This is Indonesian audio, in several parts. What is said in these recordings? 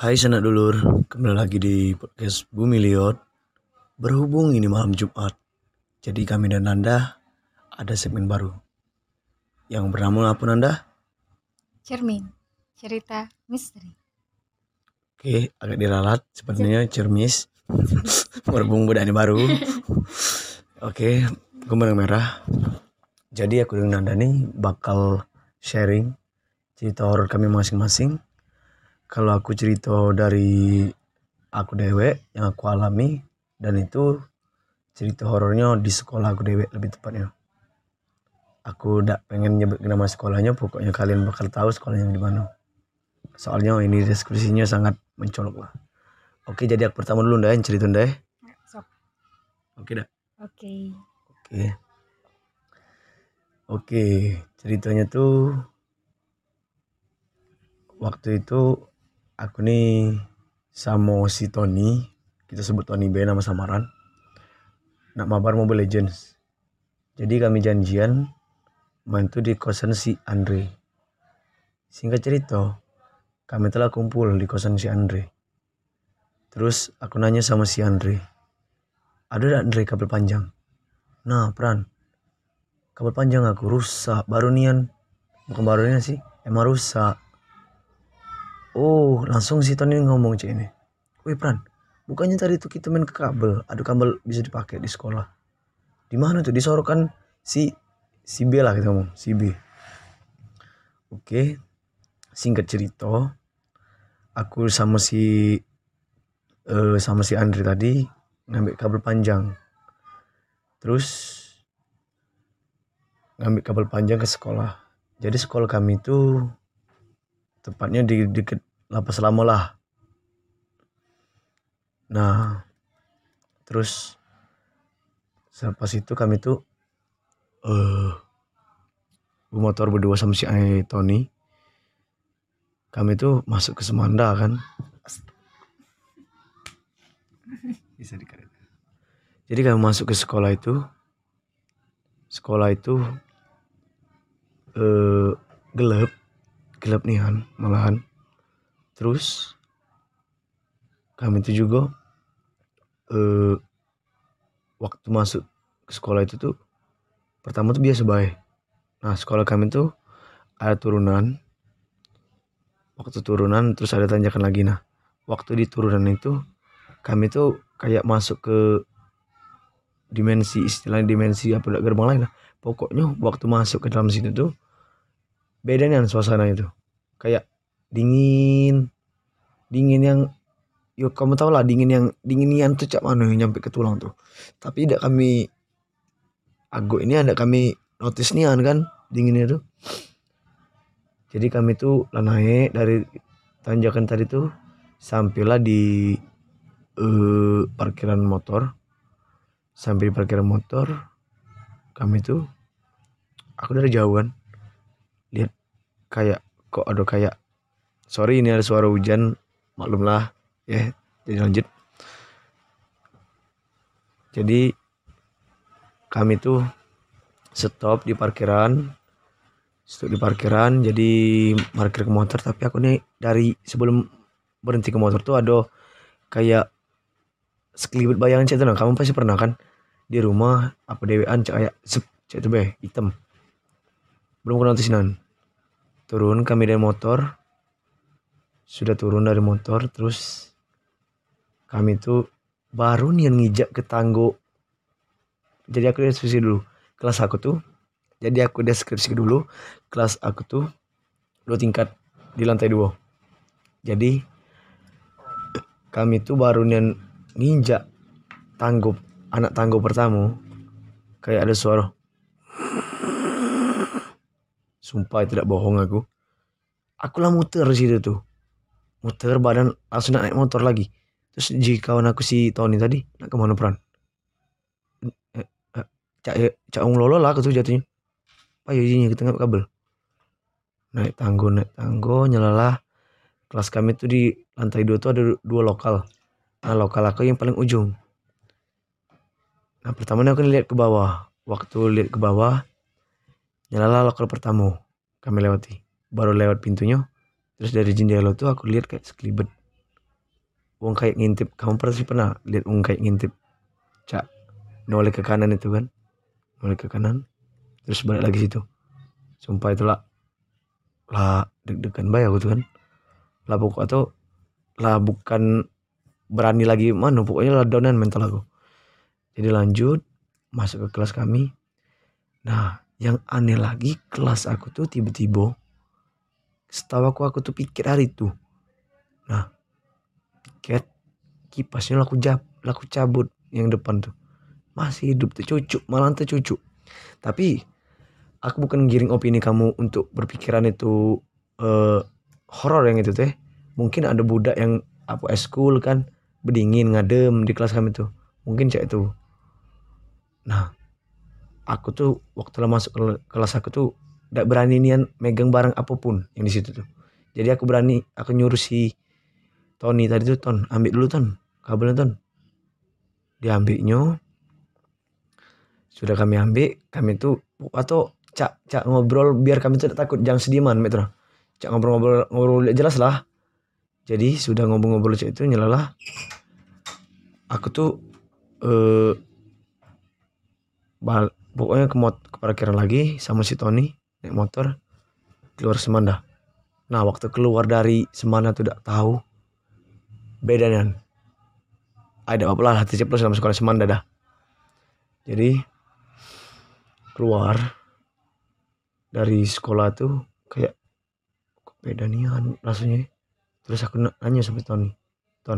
Hai sanak dulur, kembali lagi di podcast Bumi Liot. Berhubung ini malam Jumat, jadi kami dan Nanda ada segmen baru yang bernama apa Nanda? Cermin, cerita misteri. Oke, agak diralat sepertinya cermis. Berhubung udah ini baru. Oke, gembrang merah. Jadi aku dan Nanda nih bakal sharing cerita horor kami masing-masing. Kalau aku cerita dari aku dewek yang aku alami, dan itu cerita horornya di sekolah aku dewek lebih tepatnya. Aku udah pengen nyebut nama sekolahnya, pokoknya kalian bakal tahu sekolahnya di mana. Soalnya ini deskripsinya sangat mencolok lah. Oke, jadi aku pertama dulu Nda, yang cerita Nda. Sok. Oke dah. Oke. Oke, ceritanya tuh waktu itu aku nih sama si Tony, kita sebut Tony B nama samaran, nak mabar Mobile Legends. Jadi kami janjian main tuh di kosan si Andre. Singkat cerita, kami telah kumpul di kosan si Andre. Terus aku nanya sama si Andre, ada gak Andre kabel panjang? Nah Pran, kabel panjang aku rusak, baru nian. Bukan baru nian sih, emang rusak. Oh, langsung si Tony ngomong cek ini. Wih Pran, bukannya tadi tuh kita main ke kabel, ada kabel bisa dipakai di sekolah. Di mana tuh? Disorokan si B lah kita ngomong, si B. Oke, singkat cerita, aku sama si Andre tadi ngambil kabel panjang. Terus ngambil kabel panjang ke sekolah. Jadi sekolah kami itu tepatnya di dekat Lapas Lama lah. Nah, terus selepas itu kami tuh motor berdua sama si Tony. Kami tuh masuk ke Semanda kan. Bisa dikaret. Jadi kami masuk ke sekolah itu. Sekolah itu gelap nihan malahan. Terus kami itu juga waktu masuk ke sekolah itu tuh pertama tuh biasa baik. Nah sekolah kami tuh ada turunan. Waktu turunan terus ada tanjakan lagi. Nah waktu di turunan itu kami tuh kayak masuk ke dimensi, istilahnya dimensi apa gerbang lain lah. Pokoknya waktu masuk ke dalam situ tuh beda nih suasana itu. Kayak dingin yang yuk kamu tau lah dinginian tuh cak mana nyampe ke tulang tuh. Tapi tidak kami ini ada kami notice nih kan dinginnya tuh. Jadi kami tuh naik dari tanjakan tadi tuh sampailah di parkiran motor. Sampai di parkiran motor kami tuh aku dari jauh kan lihat kayak kok ada kayak sorry ini ada suara hujan, maklumlah ya. Jadi lanjut. Jadi kami tuh stop di parkiran. Jadi parkir ke motor, tapi aku nih dari sebelum berhenti ke motor tuh ada kayak sekelibet bayangan cek tuh. Nah, kamu pasti pernah kan di rumah apa dewean kayak cek tuh be hitam. Belum kena notisinan. Turun kami dari motor. Sudah turun dari motor terus kami tuh baru nih yang ngijak ke tanggo. Jadi aku deskripsi dulu kelas aku tuh. Jadi aku deskripsi dulu kelas aku tuh 2 tingkat di lantai 2. Jadi kami tuh baru nih nginjak tanggo, anak tanggo pertama, kayak ada suara. Sumpah tidak bohong aku. Aku lah muter situ tuh. Muter badan langsung naik motor lagi. Terus jika kawan aku si Tony tadi nak kemana Pran? Cak lolo lah aku tuh jatuhnya. Ayo ini kita ngambil kabel. Naik tanggo nyalalah. Kelas kami tuh di lantai 2 tuh ada 2 lokal. Nah lokal aku yang paling ujung. Nah pertamanya aku lihat ke bawah. Waktu lihat ke bawah nyalalah lokal pertama. Kami lewati. Baru lewat pintunya. Terus dari jendela tuh aku lihat kayak sekelibet wong kayak ngintip. Kamu pernah lihat wong kayak ngintip, cak noleh ke kanan itu kan, noleh ke kanan terus balik lagi situ. Sumpah itu lah deg-degan bayar aku tuh kan, lah pokok atau lah bukan berani lagi mana, pokoknya lah downan mental aku. Jadi lanjut masuk ke kelas kami. Nah yang aneh lagi, kelas aku tuh tiba-tiba, setahu aku tuh pikir hari itu, nah piket kipasnya laku cabut yang depan tuh masih hidup tuh, cucu malah tuh cucu. Tapi aku bukan giring opini kamu untuk berpikiran itu horor yang itu teh. Mungkin ada budak yang apa eskul kan berdingin ngadem di kelas kami tuh, mungkin cek itu. Nah aku tuh waktu lah masuk kelas aku tuh tidak berani nian megang barang apapun yang di situ tuh. Jadi aku nyuruh si Tony tadi tuh, Ton ambil dulu Ton kabelnya Ton. Diambilnya, sudah kami ambil, kami tuh atau cak cak ngobrol biar kami tidak takut, jangan sediman metro. Cak ngobrol jelas lah. Jadi sudah ngobrol-ngobrol cak itu nyelalah. Aku tuh eh pokoknya ke parkiran lagi sama si Tony naik motor keluar Semanda. Nah waktu keluar dari Semanda tuh tidak tahu bedanya. Ada apa lah hati ceplos sama sekolah Semanda dah. Jadi keluar dari sekolah tuh kayak kok beda nih rasanya. Terus aku nanya sama Tony, Ton,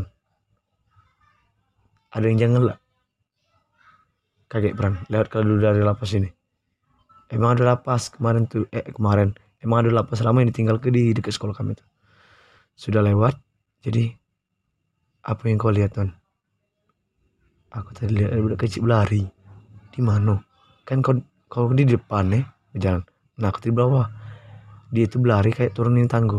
ada yang jangan lah? Kaget Pran, lewat kalau dulu dari lapas ini. Emang ada lapas kemarin tuh, kemarin. Emang ada lapas lama yang ditinggal ke di dekat sekolah kami tuh. Sudah lewat, jadi apa yang kau lihat Ton? Aku tadi lihat ada budak kecil berlari. Di mana? Kan kau di depan berjalan. Nah aku di bawah. Dia itu berlari kayak turunin tangga.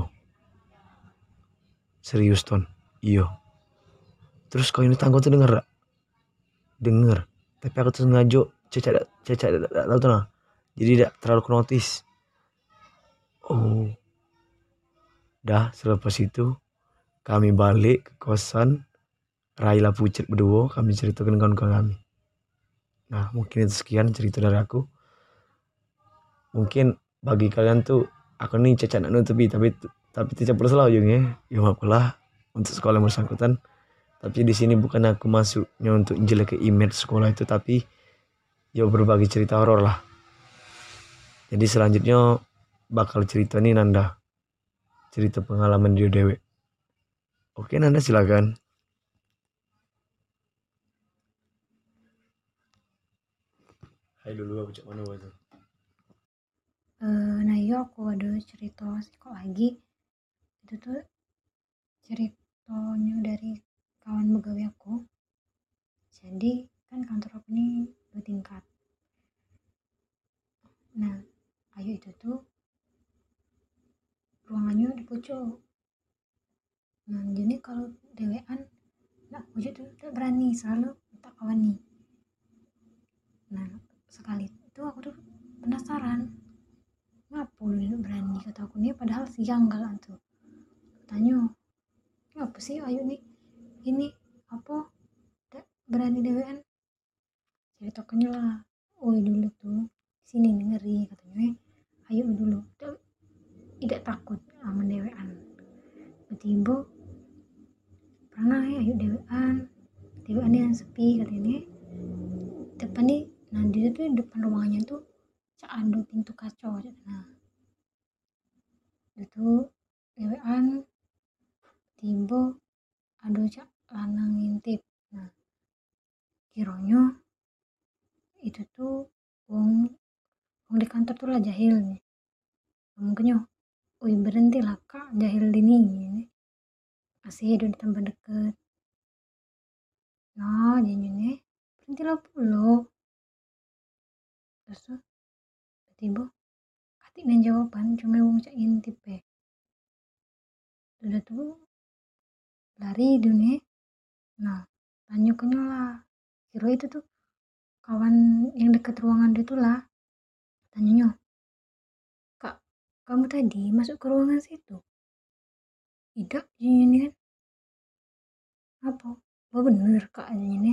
Serius Ton? Iya. Terus kau ini tangga tuh denger gak? Denger. Tapi aku tuh sengaja cecak tahu tuh nah. Jadi tidak terlalu notice. Oh, dah selepas itu kami balik ke kosan. Raila pucat berdua, kami ceritakan kawan-kawan kami. Nah mungkin itu sekian cerita dari aku. Mungkin bagi kalian tuh aku nih cacat nak nutupi, tapi tidak perlu salah ujungnya. Ya maaflah untuk sekolah yang bersangkutan. Tapi di sini bukan aku masuknya untuk jelek ke image sekolah itu, tapi ya berbagi cerita horor lah. Jadi selanjutnya bakal cerita nih Nanda, cerita pengalaman dia dewe. Oke Nanda silakan. Hai dulu aku cek mana waktu. Nah iya aku ada cerita kok lagi. Itu tuh ceritanya dari kawan begawe aku. Jadi kan kantor aku ini 2 tingkat. Nah, Ayu itu tuh ruangannya di pojok. Nah, jadi kalau dewean nak pojok tuh tak berani, selalu tak kawan nih. Nah, sekali itu aku tuh penasaran, ngapa lu berani kata aku nih, padahal siang galan tuh. Tanya, ngapa sih Ayu nih ini apa tak berani dewean? Ceritakannya lah. Oh dulu tuh sini nih ngeri katanya. Ayo dulu tidak takut sama dewean. Tiba-tiba pernah ya ayo dewean yang sepi katanya. Depan nih, nah dia tuh depan ruangannya tuh cak ada pintu kaca. Nah itu dewean tiba ada cak lanang ngintip. Nah kiranya itu tuh wong wong di kantor tuh lah jahil nih. Mungkinnya, wih berhenti lah kak jahil ini gini. Masih udah ditambah deket. Nah jadinya berhentilah pulau. Terus tuh tiba katik dan jawaban cuma wong cak intip udah tuh lari dunia. Nah tanya ke lah, kira itu tuh kawan yang dekat ruangan itu lah. Tanyanya, kak kamu tadi masuk ke ruangan situ? Tidak ini kan. apa oh bener kak ini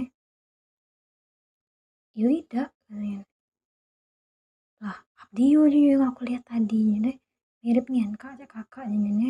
yo tidak katanya lah abdi yo yang aku lihat tadi deh mirip nih kak aja kakak ini.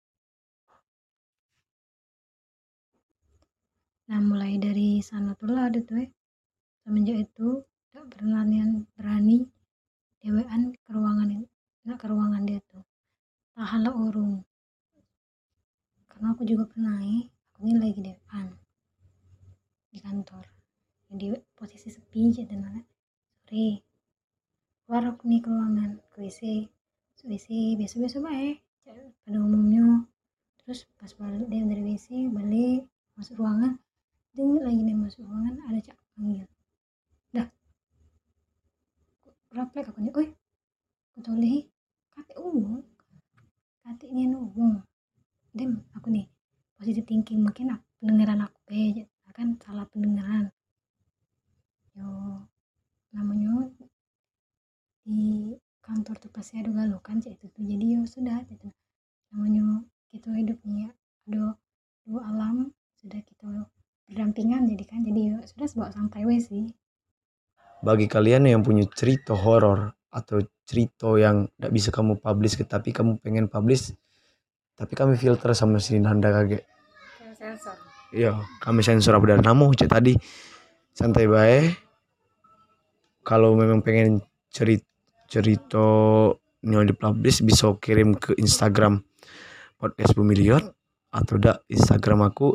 Nah mulai dari sana tuh lah ada tuh semenjak itu gak berani dewean ke ruangan nggak ke ruangan dia tuh tahanlah urung karena aku juga pernah aku ini lagi depan di kantor jadi posisi sepi gitu mana sore keluar aku nih ke ruangan ke WC biasa-biasa baik pada umumnya terus pas balik dia dari WC balik masuk ruangan dia lagi nih masuk ruangan ada cak panggil dah refleks aku nih aku toleh kate katanya nunggu dem aku nih positive thinking mungkin pendengaran aku kan salah pendengaran yo namanya di kantor tuh pasti ada galau kan cek itu tuh jadi yo sudah gitu namanya kita hidupnya ada dua alam sudah kita berdampingan jadi kan jadi yo sudah sebawa santai wes sih. Bagi kalian yang punya cerita horor atau cerita yang tidak bisa kamu publish tapi kamu pengen publish tapi kami filter sama si Nanda kaget. Sensor. Iya, kami sensor apa dan namu cek tadi santai baik. Kalau memang pengen cerita yang dipublish bisa kirim ke Instagram podcast Bumilion atau Instagram aku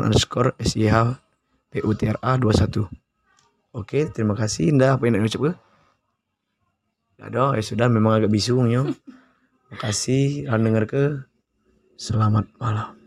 epran_sih_putra21. Oke, terima kasih Indah. Apa yang nak ucap ke? Ada, ya sudah memang agak bisu ya. Makasih, denger ke. Selamat malam.